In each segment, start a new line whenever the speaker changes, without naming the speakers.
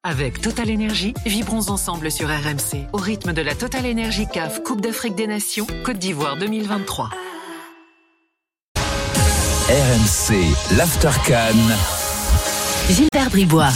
Avec Total Energy, vibrons ensemble sur RMC au rythme de la Total Energy CAF Coupe d'Afrique des Nations Côte d'Ivoire 2023.
RMC, l'After CAN.
Gilbert Bribois.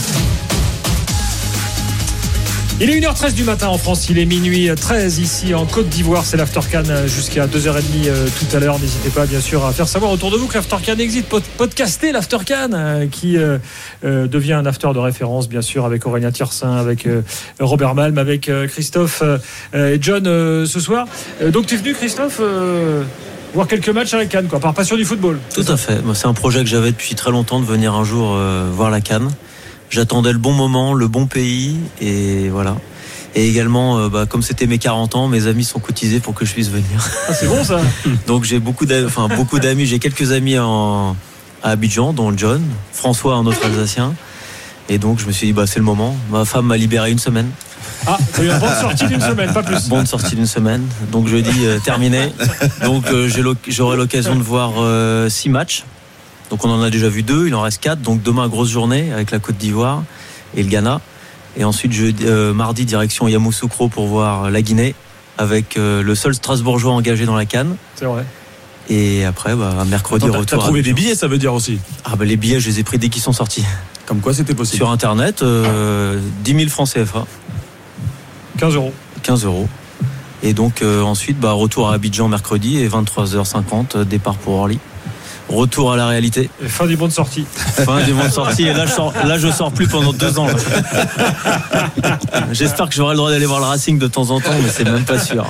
Il est 1h13 du matin en France, il est minuit 13 ici en Côte d'Ivoire, c'est l'After CAN jusqu'à 2h30 tout à l'heure. N'hésitez pas bien sûr à faire savoir autour de vous que l'After CAN existe, podcaster l'After CAN qui devient un after de référence bien sûr avec Aurélien Tiersin, avec Robert Malm, avec Christophe et John ce soir. Donc tu es venu Christophe voir quelques matchs à la CAN, par passion du football.
Tout à fait, c'est un projet que j'avais depuis très longtemps de venir un jour voir la CAN. J'attendais le bon moment, le bon pays, et voilà. Et également, comme c'était mes 40 ans, mes amis sont cotisés pour que je puisse venir.
Ah, c'est bon ça.
Donc j'ai beaucoup d'amis, j'ai quelques amis à Abidjan, dont John, François, un autre Alsacien. Et donc je me suis dit, c'est le moment. Ma femme m'a libéré une semaine.
Ah, c'est une bonne sortie d'une semaine, pas plus.
Bonne sortie d'une semaine. Donc jeudi, terminé. Donc j'aurai l'occasion de voir 6 matchs. Donc on en a déjà vu 2, il en reste 4. Donc demain, grosse journée avec la Côte d'Ivoire et le Ghana. Et ensuite, mardi, direction Yamoussoukro pour voir la Guinée avec le seul Strasbourgeois engagé dans la CAN.
C'est vrai.
Et après, mercredi, retour.
T'as trouvé des billets, ça veut dire aussi?
Les billets, je les ai pris dès qu'ils sont sortis.
Comme quoi c'était possible?
Sur Internet, 10 000 francs CFA.
15 euros.
15 euros. Et donc ensuite, retour à Abidjan mercredi et 23h50, départ pour Orly. Retour à la réalité.
Et fin du bon de sortie.
Fin du bon de sortie. Et là, je sors plus pendant 2 ans. J'espère que j'aurai le droit d'aller voir le Racing de temps en temps, mais c'est même pas sûr.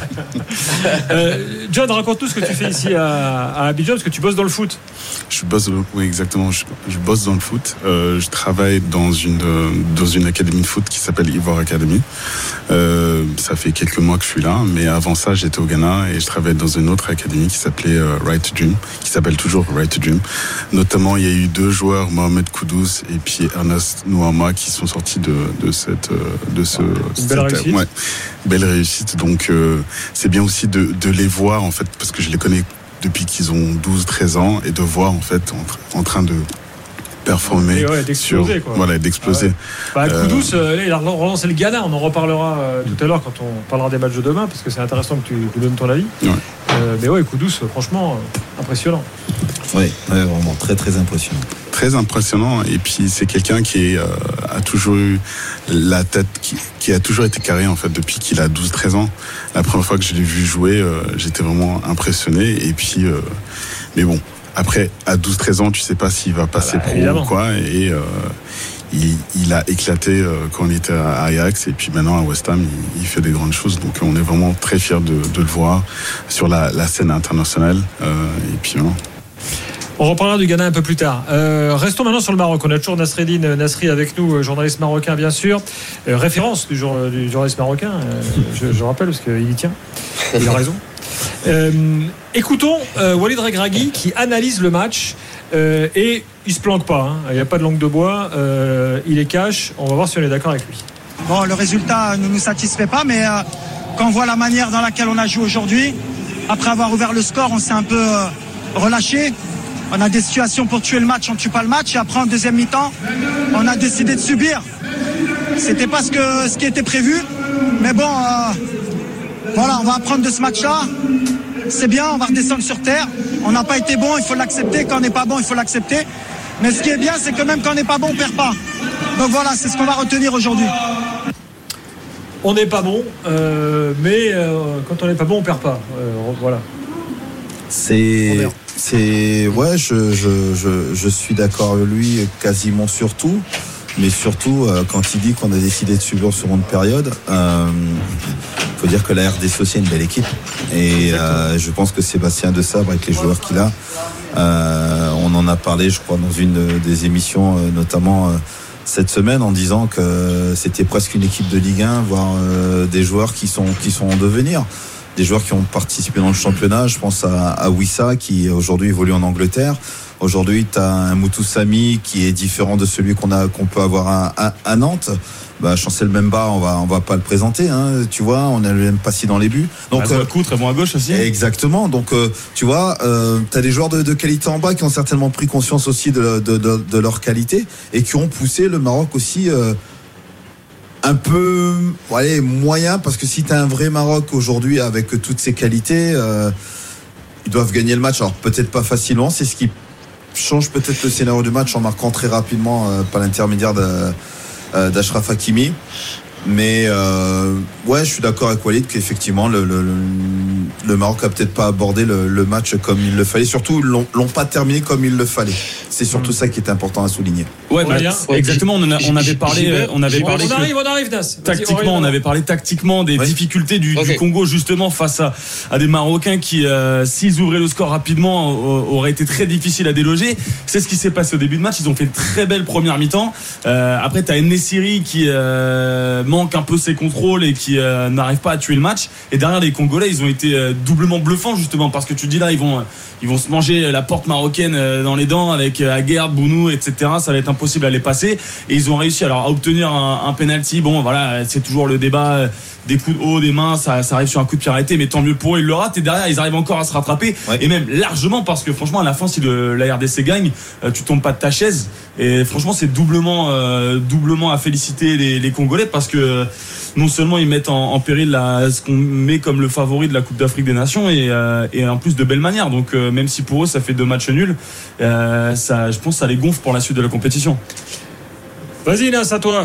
John, raconte-nous ce que tu fais ici à Abidjan, parce que tu bosses dans le foot.
Oui, exactement. Je bosse dans le foot. Je travaille dans une académie de foot qui s'appelle Ivoire Academy. Ça fait quelques mois que je suis là, mais avant ça, j'étais au Ghana et je travaillais dans une autre académie qui s'appelait Right to Dream, qui s'appelle toujours Right to Dream. Notamment, il y a eu 2 joueurs, Mohamed Kudus et puis Ernest Nouama, qui sont sortis de cette
belle réussite.
Ouais, belle réussite. Donc, c'est bien aussi de les voir, en fait, parce que je les connais depuis qu'ils ont 12-13 ans, et de voir, en fait, en train de performer,
d'exploser,
d'exploser.
Kudus, il a relancé le Ghana, on en reparlera tout à l'heure quand on parlera des matchs de demain, parce que c'est intéressant que tu nous donnes ton avis.
Ouais.
Mais Kudus, franchement, impressionnant.
Oui, vraiment très très impressionnant.
Très impressionnant, et puis c'est quelqu'un qui a toujours eu la tête, qui a toujours été carré en fait depuis qu'il a 12-13 ans. La première fois que je l'ai vu jouer, j'étais vraiment impressionné, et puis mais bon, après à 12-13 ans tu sais pas s'il va passer pro ou quoi, et il a éclaté quand il était à Ajax, et puis maintenant à West Ham il fait des grandes choses, donc on est vraiment très fiers de le voir sur la scène internationale, et puis vraiment.
On reparlera du Ghana un peu plus tard. Restons maintenant sur le Maroc. On a toujours Nasreddine Nasri avec nous, journaliste marocain bien sûr, référence du journaliste marocain, je rappelle, parce qu'il y tient, il a raison. Écoutons Walid Regragui qui analyse le match, et il se planque pas, il n'y a pas de langue de bois, il est cash. On va voir si on est d'accord avec lui.
Bon, le résultat ne nous satisfait pas, mais quand on voit la manière dans laquelle on a joué aujourd'hui, après avoir ouvert le score, on s'est un peu relâché. On a des situations pour tuer le match, on ne tue pas le match, et après en deuxième mi-temps, on a décidé de subir. C'était pas ce qui était prévu, mais bon, voilà, on va apprendre de ce match-là. C'est bien, on va redescendre sur terre. On n'a pas été bon, il faut l'accepter. Quand on n'est pas bon, il faut l'accepter. Mais ce qui est bien, c'est que même quand on n'est pas bon, on ne perd pas. Donc voilà, c'est ce qu'on va retenir aujourd'hui.
On n'est pas bon, mais quand on n'est pas bon, on ne perd pas. Voilà.
Ouais, je suis d'accord avec lui quasiment sur tout, mais surtout quand il dit qu'on a décidé de subir en seconde période, faut dire que la RDC aussi est une belle équipe, et je pense que Sébastien Desabre, avec les joueurs qu'il a, on en a parlé je crois dans une des émissions, notamment cette semaine, en disant que c'était presque une équipe de Ligue 1, voire des joueurs qui sont en devenir. Des joueurs qui ont participé dans le championnat. Je pense à Wissa, qui aujourd'hui évolue en Angleterre. Aujourd'hui, tu as un Moutou Sami qui est différent de celui qu'on peut avoir à Nantes. Chancel Mbemba, on va pas le présenter, tu vois, on a le même passé dans les buts. Donc
le coup très bon à gauche aussi.
Exactement. Donc tu vois, tu as des joueurs de qualité en bas qui ont certainement pris conscience aussi de leur qualité, et qui ont poussé le Maroc aussi un peu moyen, parce que si tu as un vrai Maroc aujourd'hui avec toutes ses qualités, ils doivent gagner le match. Alors peut-être pas facilement, c'est ce qui change peut-être le scénario du match en marquant très rapidement par l'intermédiaire d'Achraf Hakimi. Mais je suis d'accord avec Walid qu'effectivement le Maroc a peut-être pas abordé le match comme il le fallait. Surtout, l'ont pas terminé comme il le fallait. C'est surtout ça qui est important à souligner.
Exactement. On avait parlé. On
arrive, Das.
Tactiquement, on avait parlé tactiquement des difficultés du Congo justement face à des Marocains qui, s'ils ouvraient le score rapidement, auraient été très difficiles à déloger. C'est ce qui s'est passé au début de match. Ils ont fait une très belle première mi-temps. Après, t'as En-Nesyri qui manque un peu ses contrôles et qui n'arrive pas à tuer le match. Et derrière, les Congolais, ils ont été doublement bluffants justement parce que tu dis là, ils vont se manger la porte marocaine dans les dents avec Aguerd, Bounou, etc. Ça va être impossible à les passer. Et ils ont réussi alors à obtenir un penalty. Bon, voilà, c'est toujours le débat des coups de haut, des mains, ça arrive sur un coup de pied arrêté, mais tant mieux pour eux, ils le ratent. Et derrière, ils arrivent encore à se rattraper. Et même largement, parce que franchement, à la fin, si la RDC gagne, tu tombes pas de ta chaise. Et franchement, c'est doublement à féliciter les Congolais parce que non seulement ils mettent en péril ce qu'on met comme le favori de la Coupe d'Afrique des Nations et en plus de belle manière. Donc même si pour eux ça fait 2 matchs nuls, je pense que ça les gonfle pour la suite de la compétition.
Vas-y Nas, à toi.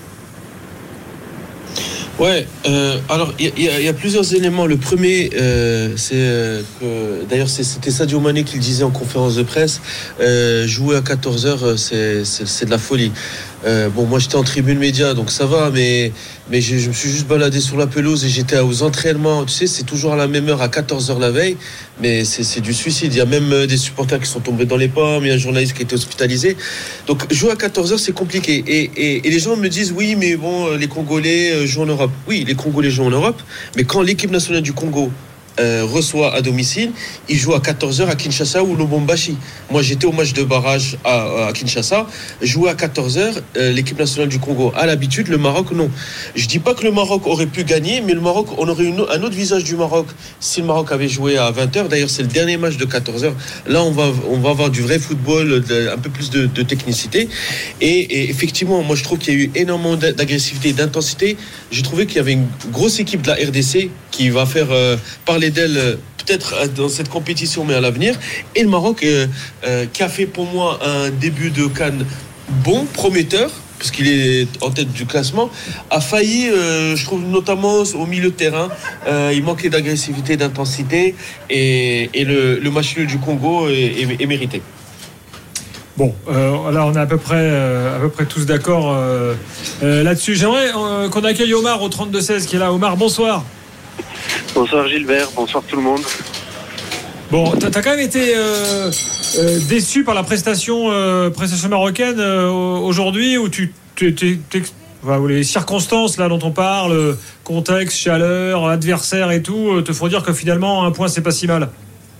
Alors il y a plusieurs éléments. Le premier, c'est que d'ailleurs c'était Sadio Mané qui le disait en conférence de presse. Jouer à 14h, c'est de la folie. Moi j'étais en tribune média, donc ça va, mais je me suis juste baladé sur la pelouse et j'étais aux entraînements. Tu sais, c'est toujours à la même heure, à 14h la veille, mais c'est du suicide. Il y a même des supporters qui sont tombés dans les pommes, il y a un journaliste qui a été hospitalisé. Donc jouer à 14h, c'est compliqué. Et les gens me disent, oui, mais bon, les Congolais jouent en Europe. Oui, les Congolais jouent en Europe, mais quand l'équipe nationale du Congo reçoit à domicile, il joue à 14h à Kinshasa ou Lubumbashi. Moi j'étais au match de barrage à Kinshasa, jouer à 14h, l'équipe nationale du Congo a l'habitude, le Maroc non. Je dis pas que le Maroc aurait pu gagner, mais le Maroc, on aurait un autre visage du Maroc si le Maroc avait joué à 20h. D'ailleurs c'est le dernier match de 14h. Là on va avoir du vrai football, un peu plus de technicité et effectivement moi je trouve qu'il y a eu énormément d'agressivité et d'intensité. J'ai trouvé qu'il y avait une grosse équipe de la RDC qui va faire parler d'elle peut-être dans cette compétition mais à l'avenir, et le Maroc qui a fait pour moi un début de CAN prometteur puisqu'il est en tête du classement, a failli je trouve notamment au milieu de terrain, il manquait d'agressivité, d'intensité et le match nul du Congo est mérité.
Bon, là on est à peu près tous d'accord là-dessus. J'aimerais qu'on accueille Omar au 32-16 qui est là. Omar, bonsoir.
Bonsoir Gilbert, bonsoir tout le monde.
Bon, t'as quand même été déçu par la prestation marocaine aujourd'hui, où les circonstances là dont on parle, contexte, chaleur, adversaire et tout, te font dire que finalement un point c'est pas si mal.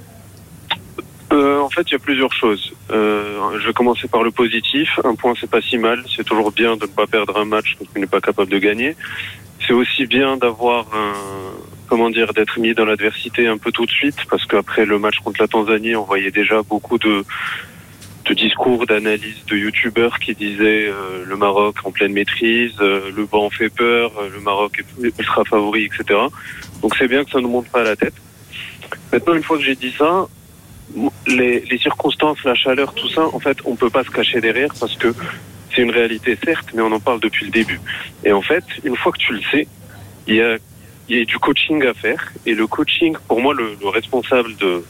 En fait, il y a plusieurs choses. Je vais commencer par le positif. Un point, c'est pas si mal. C'est toujours bien de ne pas perdre un match quand on n'est pas capable de gagner. C'est aussi bien d'avoir d'être mis dans l'adversité un peu tout de suite, parce qu'après le match contre la Tanzanie, on voyait déjà beaucoup de discours, d'analyses de youtubeurs qui disaient le Maroc en pleine maîtrise, le banc fait peur, le Maroc est ultra favori, etc. Donc c'est bien que ça ne monte pas à la tête. Maintenant, une fois que j'ai dit ça, les circonstances, la chaleur, tout ça, en fait, on peut pas se cacher derrière parce que c'est une réalité, certes, mais on en parle depuis le début. Et en fait, une fois que tu le sais, il y a du coaching à faire. Et le coaching, pour moi, le responsable de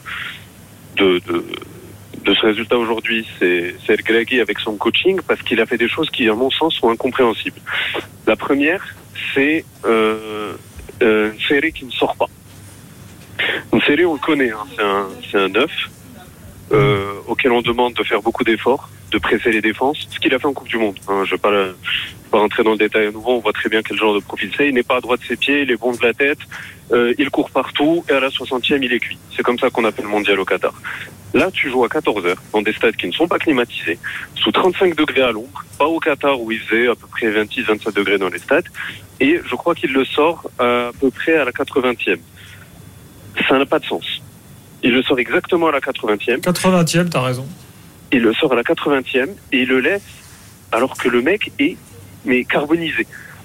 ce résultat aujourd'hui, c'est El Ghlaghi avec son coaching, parce qu'il a fait des choses qui, à mon sens, sont incompréhensibles. La première, c'est une série qui ne sort pas. Une série, on le connaît, hein, c'est un neuf auquel on demande de faire beaucoup d'efforts, de presser les défenses, ce qu'il a fait en Coupe du Monde. Hein, je ne vais pas rentrer dans le détail à nouveau, on voit très bien quel genre de profil c'est. Il n'est pas à droite de ses pieds, il est bon de la tête, il court partout et à la 60e, il est cuit. C'est comme ça qu'on appelle le mondial au Qatar. Là, tu joues à 14h dans des stades qui ne sont pas climatisés, sous 35 degrés à l'ombre, pas au Qatar où il faisait à peu près 26-27 degrés dans les stades, et je crois qu'il le sort à peu près à la 80e. Ça n'a pas de sens. Il le sort exactement à la 80e.
80e, t'as raison.
Il le sort à la 80e et il le laisse alors que le mec est carbonisé.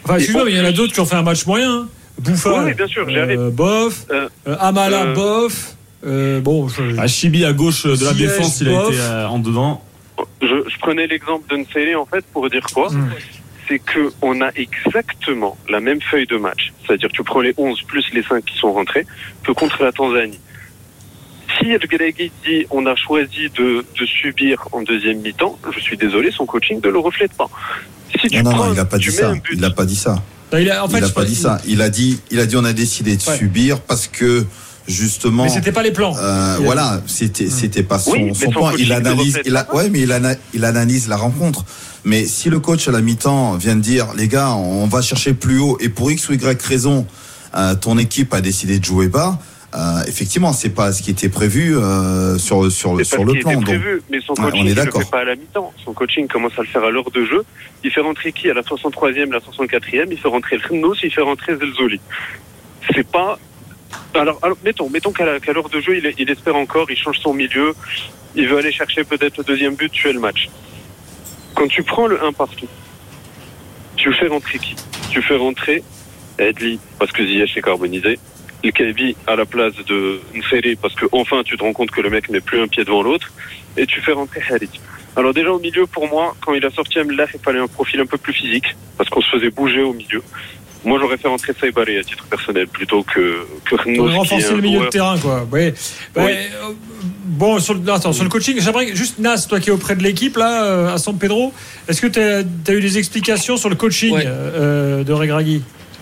Enfin, excuse-moi, mais il y en a d'autres qui ont fait un match moyen. Hein. Bouffal,
oui, bien sûr,
bof. Amala, bof.
Chibi à gauche de la défense, il a été en dedans.
Je prenais l'exemple de Nsele en fait pour dire quoi c'est qu'on a exactement la même feuille de match. C'est-à-dire que tu prends les 11 plus les 5 qui sont rentrés que contre la Tanzanie. Si El Gregui dit on a choisi de subir en deuxième mi-temps, je suis désolé, son coaching ne le reflète pas. Si tu
non, il n'a pas dit ça. Il n'a pas dit ça. Il n'a pas dit ça. Il a dit on a décidé de subir parce que justement.
Mais c'était pas les plans.
Voilà, c'était pas son point. Il analyse. Il analyse la rencontre. Mais si le coach à la mi-temps vient de dire les gars, on va chercher plus haut et pour X ou Y raison, ton équipe a décidé de jouer bas. Effectivement, c'est pas ce qui était prévu sur le plan.
Prévu, mais son coaching ne le fait pas à la mi-temps. Son coaching commence à le faire à l'heure de jeu. Il fait rentrer qui à la 63e, la 64e. Il fait rentrer le Khnos, il fait rentrer Zelzoli. C'est pas. Alors mettons qu'à l'heure de jeu, il espère encore, il change son milieu, il veut aller chercher peut-être le deuxième but, tuer le match. Quand tu prends le 1 partout, tu fais rentrer qui? Tu fais rentrer Edli parce que Ziyech est carbonisé. Le Kaibi à la place de Nsele parce que enfin tu te rends compte que le mec met plus un pied devant l'autre et tu fais rentrer Khalid. Alors déjà au milieu pour moi quand il a sorti Amla il fallait un profil un peu plus physique parce qu'on se faisait bouger au milieu. Moi j'aurais fait rentrer Saïbaré à titre personnel plutôt que
Khnos. Renforcer le milieu de terrain quoi. Oui. Bon sur le coaching, j'aimerais juste Nas, toi qui es auprès de l'équipe là à San Pedro, est-ce que tu as eu des explications sur le coaching de Regragui?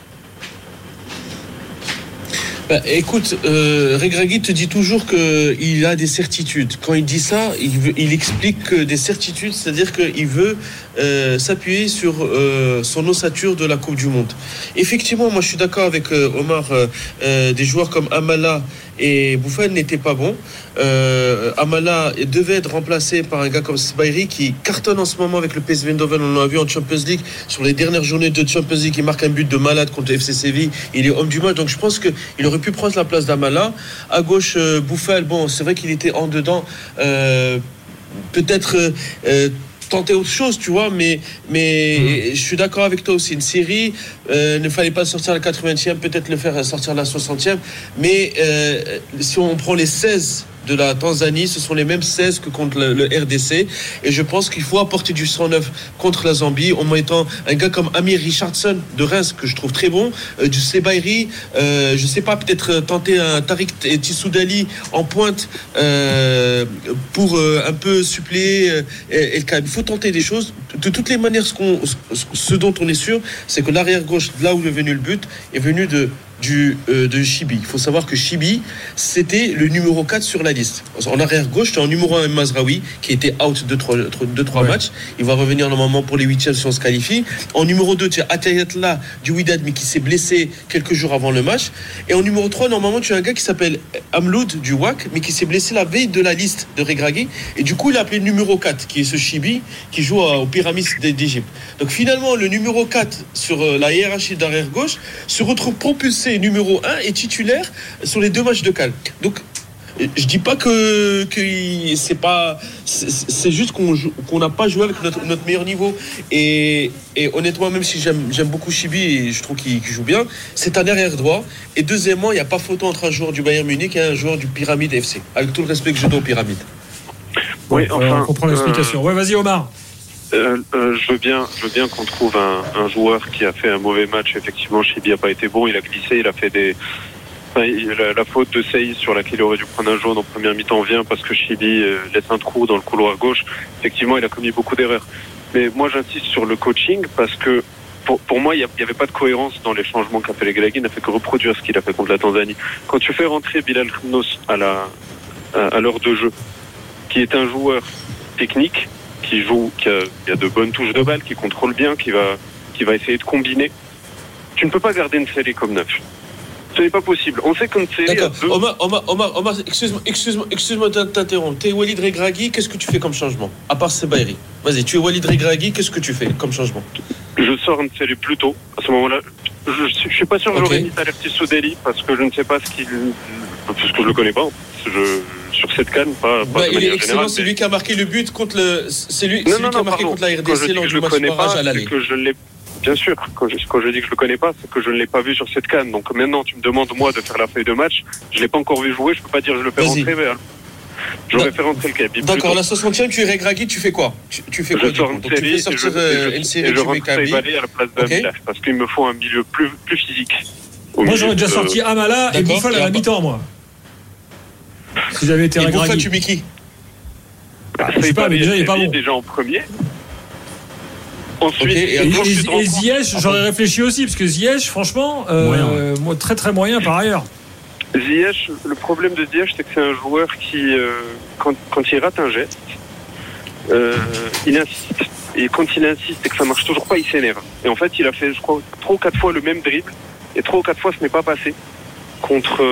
Écoute, Regragui te dit toujours qu'il a des certitudes. Quand il dit ça, il explique des certitudes, c'est-à-dire qu'il veut s'appuyer sur son ossature de la Coupe du Monde. Effectivement, moi je suis d'accord avec Omar, des joueurs comme Amala et Bouffal n'étaient pas bons. Amala devait être remplacé par un gars comme Sbairi qui cartonne en ce moment avec le PSV Eindhoven. On l'a vu en Champions League, sur les dernières journées de Champions League, il marque un but de malade contre le FC Séville, il est homme du match, donc je pense qu'il aurait pu prendre la place d'Amala. À gauche, Bouffal, bon c'est vrai qu'il était en dedans, peut-être tenter autre chose, tu vois, mais je suis d'accord avec toi aussi. Une série, ne fallait pas sortir à la 80e, peut-être le faire sortir à la 60e, mais si on prend les 16 de la Tanzanie, ce sont les mêmes 16 que contre le RDC, et je pense qu'il faut apporter du 109 contre la Zambie en mettant un gars comme Amir Richardson de Reims que je trouve très bon, du Sebairi, je sais pas, peut-être tenter un Tariq Tissoudali en pointe pour un peu suppléer El Kaïb. Il faut tenter des choses. De toutes les manières, ce dont on est sûr, c'est que l'arrière gauche, là où est venu le but, est venu de Chibi. Il faut savoir que Chibi, c'était le numéro 4 sur la liste. En arrière gauche, tu as en numéro 1 Mazraoui, qui était out de 3 matchs. Il va revenir normalement pour les 8e si on se qualifie. En numéro 2, tu as Atayatla du Wydad, mais qui s'est blessé quelques jours avant le match. Et en numéro 3, normalement, tu as un gars qui s'appelle Amloud du WAC, mais qui s'est blessé la veille de la liste de Regragui. Et du coup, il a appelé le numéro 4, qui est ce Chibi, qui joue aux Pyramides d'Égypte. Donc finalement, le numéro 4 sur la hiérarchie d'arrière gauche se retrouve propulsé numéro 1 et titulaire sur les 2 matchs de CAN. Donc je dis pas que c'est juste qu'on n'a pas joué avec notre meilleur niveau, et honnêtement, même si j'aime beaucoup Chibi et je trouve qu'il joue bien, c'est un arrière droit, et deuxièmement il n'y a pas photo entre un joueur du Bayern Munich et un joueur du Pyramide FC, avec tout le respect que je donne au Pyramide.
Oui, enfin,
on comprend l'explication. Vas-y Omar.
Je veux bien qu'on trouve un joueur qui a fait un mauvais match. Effectivement, Chibi n'a pas été bon, il a glissé, il a fait la faute de Sey sur laquelle il aurait dû prendre un jaune en première mi-temps vient parce que Chibi laisse un trou dans le couloir gauche. Effectivement, il a commis beaucoup d'erreurs. Mais moi, j'insiste sur le coaching parce que pour moi, il n'y avait pas de cohérence dans les changements qu'a fait Regragui. Il n'a fait que reproduire ce qu'il a fait contre la Tanzanie. Quand tu fais rentrer Bilal Khnos à l'heure de jeu, qui est un joueur technique, qui a de bonnes touches de balle, qui contrôle bien, qui va essayer de combiner. Tu ne peux pas garder Nsele comme neuf. Ce n'est pas possible. On sait que Nsele a deux...
Omar, excuse-moi de t'interrompre. Tu es Walid Regragui, qu'est-ce que tu fais comme changement? À part Sebairi. Vas-y, tu es Walid Regragui, qu'est-ce que tu fais comme changement?
Je sors Nsele plus tôt. À ce moment-là, je suis pas sûr que j'aurais mis Tariq Tissoudali parce que je ne sais pas parce que je le connais pas. Sur cette CAN, pas de
il est excellent, c'est lui qui a marqué le but contre le. C'est lui qui a marqué contre la RDC lors du match barrage à l'aller.
bien sûr, quand je dis que je le connais pas, c'est que je ne l'ai pas vu sur cette CAN. Donc maintenant, tu me demandes moi de faire la feuille de match. Je l'ai pas encore vu jouer. Je peux pas dire je le fais rentrer. Mais j'aurais fait rentrer le Khabib.
D'accord, la 60e, tu es Regragui, tu fais quoi? Tu fais quoi?
Je sors une série,
tu fais sortir une série,
et je rentre Saïd Ali à la place d'Amila, parce qu'il me faut un milieu plus physique.
Moi, j'aurais déjà sorti Amala et Bouffal à la mi-temps, moi. Si j'avais été Regragui.
Et Bouffal, tu mets qui?
Je sais pas, mais déjà, il est pas bon.
Déjà en premier. Ensuite,
et Ziyech, j'aurais réfléchi aussi, parce que Ziyech, franchement, moi, très très moyen par ailleurs.
Ziyech, le problème de Ziyech, c'est que c'est un joueur qui, quand il rate un geste, il insiste. Et quand il insiste et que ça marche toujours pas, il s'énerve. Et en fait, il a fait, je crois, 3 ou 4 fois le même dribble. Et 3 ou 4 fois, ce n'est pas passé. Contre...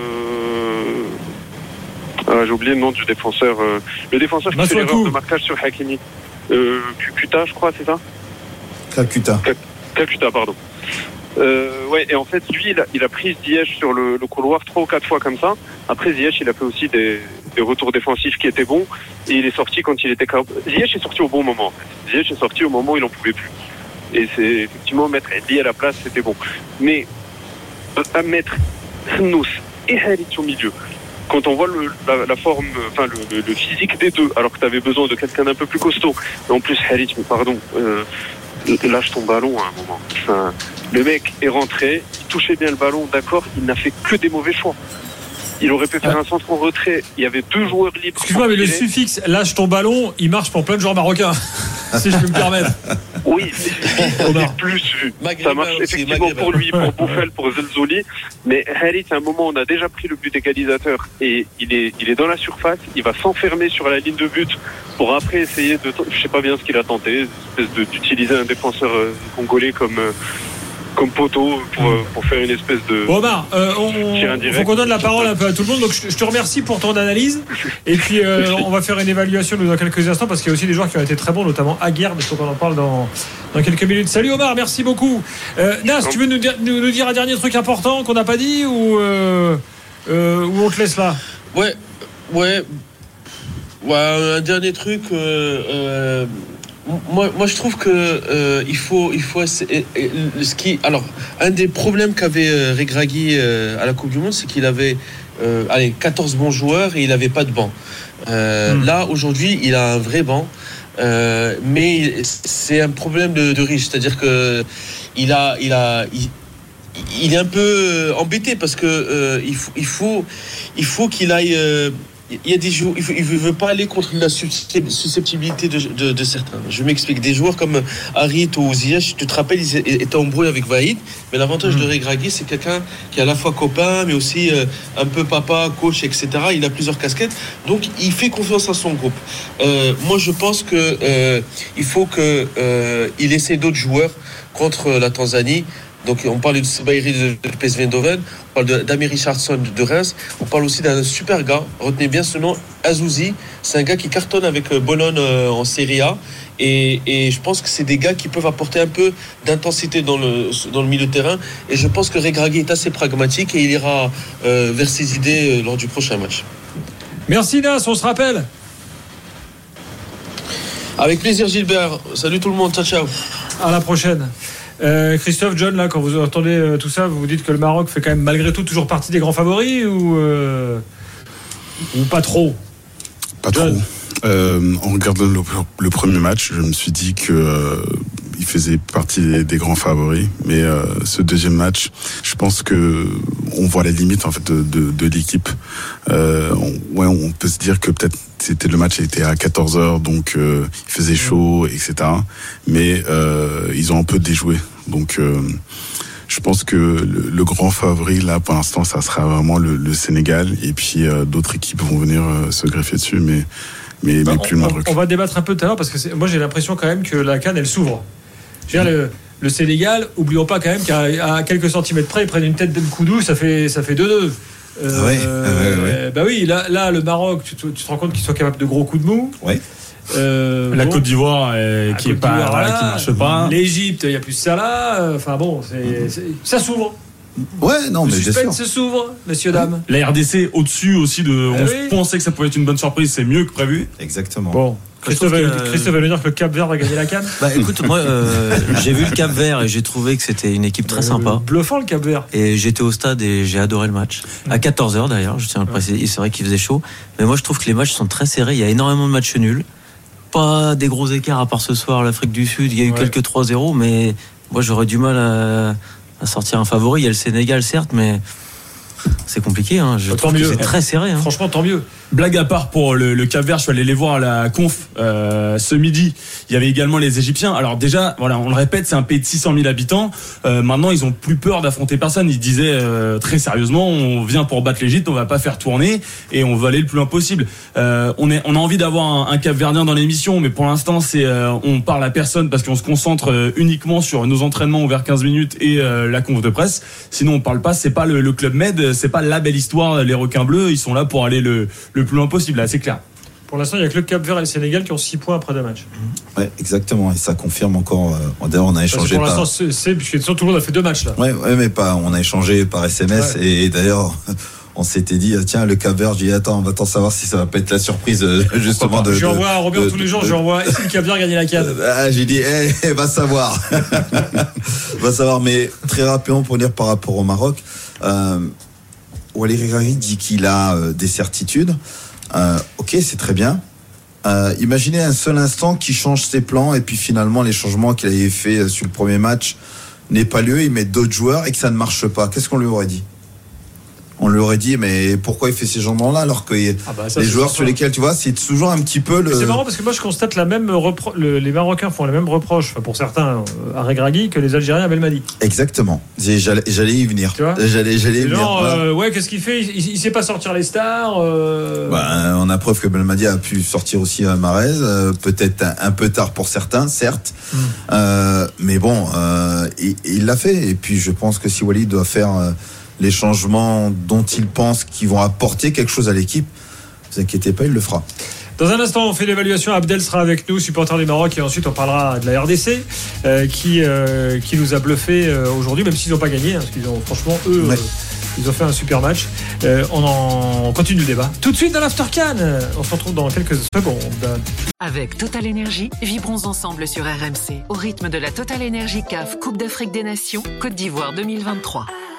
j'ai oublié le nom du défenseur. Le défenseur qui fait l'erreur de marquage sur Hakimi. Kuta, je crois, c'est ça? Calcutta, pardon. Et en fait, lui, il a pris Ziyech sur le couloir 3 ou 4 fois comme ça. Après, Ziyech, il a fait aussi des retours défensifs qui étaient bons. Et il est sorti quand il était... Ziyech est sorti au bon moment, en fait. Ziyech est sorti au moment où il n'en pouvait plus. Et c'est effectivement mettre Eddie à la place, c'était bon. Mais à mettre Khannous et Harit au milieu, quand on voit la forme, enfin le physique des deux, alors que tu avais besoin de quelqu'un d'un peu plus costaud, et en plus Harit, mais pardon, lâche ton ballon à un moment. Enfin, le mec est rentré, il touchait bien le ballon, d'accord, il n'a fait que des mauvais choix. Il aurait pu faire un centre en retrait. Il y avait 2 joueurs libres.
Excuse-moi, mais le suffixe lâche ton ballon, il marche pour plein de joueurs marocains, si je peux me permettre.
Oui, il est plus vu. Ça marche effectivement pour lui, pour Bouffal, pour Zelzouli. Mais Harit, à un moment, on a déjà pris le but égalisateur et il est dans la surface. Il va s'enfermer sur la ligne de but pour après essayer de... Je sais pas bien ce qu'il a tenté, d'utiliser un défenseur congolais comme poteau pour faire une espèce de...
Bon, Omar, faut qu'on donne la parole un peu à tout le monde. Donc je te remercie pour ton analyse. Et puis on va faire une évaluation dans quelques instants, parce qu'il y a aussi des joueurs qui ont été très bons, notamment Aguerd. Il faut qu'on en parle dans quelques minutes. Salut Omar, merci beaucoup. Nas, tu veux nous dire un dernier truc important qu'on n'a pas dit, ou on te laisse là?
Ouais, un dernier truc. Moi, je trouve que il faut alors un des problèmes qu'avait Regragui à la Coupe du Monde, c'est qu'il avait 14 bons joueurs et il n'avait pas de banc. Là aujourd'hui, il a un vrai banc, mais c'est un problème de riche, c'est-à-dire que il est un peu embêté parce que il faut qu'il aille. Il y a des joueurs, il ne veut pas aller contre la susceptibilité de certains. Je m'explique. Des joueurs comme Harit ou Ziyech, tu te rappelles, ils étaient en brouille avec Vaïd, mais l'avantage de Regragui, c'est quelqu'un qui est à la fois copain, mais aussi un peu papa, coach, etc. Il a plusieurs casquettes, donc il fait confiance à son groupe. Moi, je pense que il faut qu'il essaie d'autres joueurs contre la Tanzanie. Donc on parle de Sebairi de PSV Eindhoven, on parle d'Ami Richardson de Reims, on parle aussi d'un super gars, retenez bien ce nom, Azouzi. C'est un gars qui cartonne avec Bologne en Serie A, et je pense que c'est des gars qui peuvent apporter un peu d'intensité dans le milieu de terrain, et je pense que Regragui est assez pragmatique et il ira vers ses idées lors du prochain match.
Merci Nas, on se rappelle.
Avec plaisir Gilbert, salut tout le monde, ciao.
À la prochaine. Christophe, John, là, quand vous entendez tout ça, vous vous dites que le Maroc fait quand même malgré tout toujours partie des grands favoris, ou pas trop?
Pas John. Trop. En regardant le premier match, je me suis dit que il faisait partie des grands favoris, mais ce deuxième match, je pense que on voit les limites en fait de l'équipe. On peut se dire que peut-être le match était à 14h, donc il faisait chaud, etc. Mais ils ont un peu déjoué. Donc je pense que le grand favori là pour l'instant, ça sera vraiment le Sénégal, et puis d'autres équipes vont venir se greffer dessus, mais plus le Maroc.
On va débattre un peu tout à l'heure, parce que moi j'ai l'impression quand même que la CAN elle s'ouvre. Je veux dire, le Sénégal, oublions pas quand même qu'à quelques centimètres près, ils prennent une tête d'Mkoudou, ça fait 2-2. Bah oui, là le Maroc, tu te rends compte qu'ils sont capables de gros coups de mou.
Ouais. La Côte d'Ivoire qui marche pas.
L'Égypte, il y a plus ça là. Enfin bon, ça s'ouvre.
Ouais, non,
Le
mais bien sûr.
suspense s'ouvre, messieurs, dames.
La RDC au-dessus aussi on pensait que ça pouvait être une bonne surprise, c'est mieux que prévu.
Exactement.
Bon. Christophe va nous dire que le Cap-Vert va gagner la CAN.
Bah écoute, moi j'ai vu le Cap-Vert et j'ai trouvé que c'était une équipe très sympa.
Bluffant le Cap-Vert.
Et j'étais au stade et j'ai adoré le match. À 14h d'ailleurs, je tiens à le préciser, c'est vrai qu'il faisait chaud. Mais moi je trouve que les matchs sont très serrés, il y a énormément de matchs nuls. Pas des gros écarts à part ce soir, l'Afrique du Sud, il y a eu quelques 3-0, mais moi j'aurais du mal à sortir un favori. Il y a le Sénégal certes, mais c'est compliqué, hein. Je trouve que c'est très serré, hein.
Franchement, tant mieux.
Blague à part pour le Cap-Vert, je suis allé les voir à la conf ce midi. Il y avait également les Égyptiens. Alors déjà, voilà, on le répète, c'est un pays de 600 000 habitants. Maintenant, ils ont plus peur d'affronter personne. Ils disaient très sérieusement, on vient pour battre l'Égypte, on va pas faire tourner et on va aller le plus loin possible. On a envie d'avoir un Cap-Verdien dans l'émission, mais pour l'instant, on parle à personne parce qu'on se concentre uniquement sur nos entraînements ouverts 15 minutes et la conf de presse. Sinon, on parle pas. C'est pas le Club Med, c'est pas la belle histoire. Les requins bleus, ils sont là pour aller le plus loin possible, là, c'est clair.
Pour l'instant, il n'y a que le Cap-Vert et le Sénégal qui ont 6 points après 2 matchs.
Ouais, exactement, et ça confirme encore. D'ailleurs, on a échangé.
Pour l'instant, tout le monde a fait 2 matchs là.
Ouais, mais pas. On a échangé par SMS et d'ailleurs. On s'était dit, tiens, le Cap-Vert, j'ai dit, attends, on va t'en savoir si ça va pas être la surprise, justement.
Je envoie à Robert tous les jours, est-ce que le Cap-Vert gagné la CAN?
J'ai dit, va savoir. Va savoir, mais très rapidement pour dire par rapport au Maroc, Walid Regragui dit qu'il a des certitudes. Ok, c'est très bien. Imaginez un seul instant qu'il change ses plans et puis finalement les changements qu'il avait fait sur le premier match n'aient pas lieu, il met d'autres joueurs et que ça ne marche pas. Qu'est-ce qu'on lui aurait dit? On lui aurait dit, mais pourquoi il fait ces changements-là alors que les joueurs sur lesquels, tu vois, c'est toujours un petit peu le...
C'est marrant parce que moi je constate la même les Marocains font les mêmes reproches, enfin, pour certains à Regragui que les Algériens à Belmadi.
Exactement. J'allais y venir.
Tu vois,
j'allais y venir.
Voilà. Qu'est-ce qu'il fait? Il sait pas sortir les stars.
On a preuve que Belmadi a pu sortir aussi à Mahrez, peut-être un peu tard pour certains, certes. Mais bon, il l'a fait. Et puis je pense que si Walid doit faire... les changements dont il pense qu'ils vont apporter quelque chose à l'équipe, ne vous inquiétez pas, il le fera.
Dans un instant, on fait l'évaluation. Abdel sera avec nous, supporter du Maroc, et ensuite on parlera de la RDC qui nous a bluffé aujourd'hui, même s'ils n'ont pas gagné, parce qu'ils ont franchement ils ont fait un super match. On continue le débat tout de suite dans l'After CAN. On se retrouve dans quelques secondes.
Avec Total Énergie, vibrons ensemble sur RMC au rythme de la Total Énergie CAF Coupe d'Afrique des Nations Côte d'Ivoire 2023.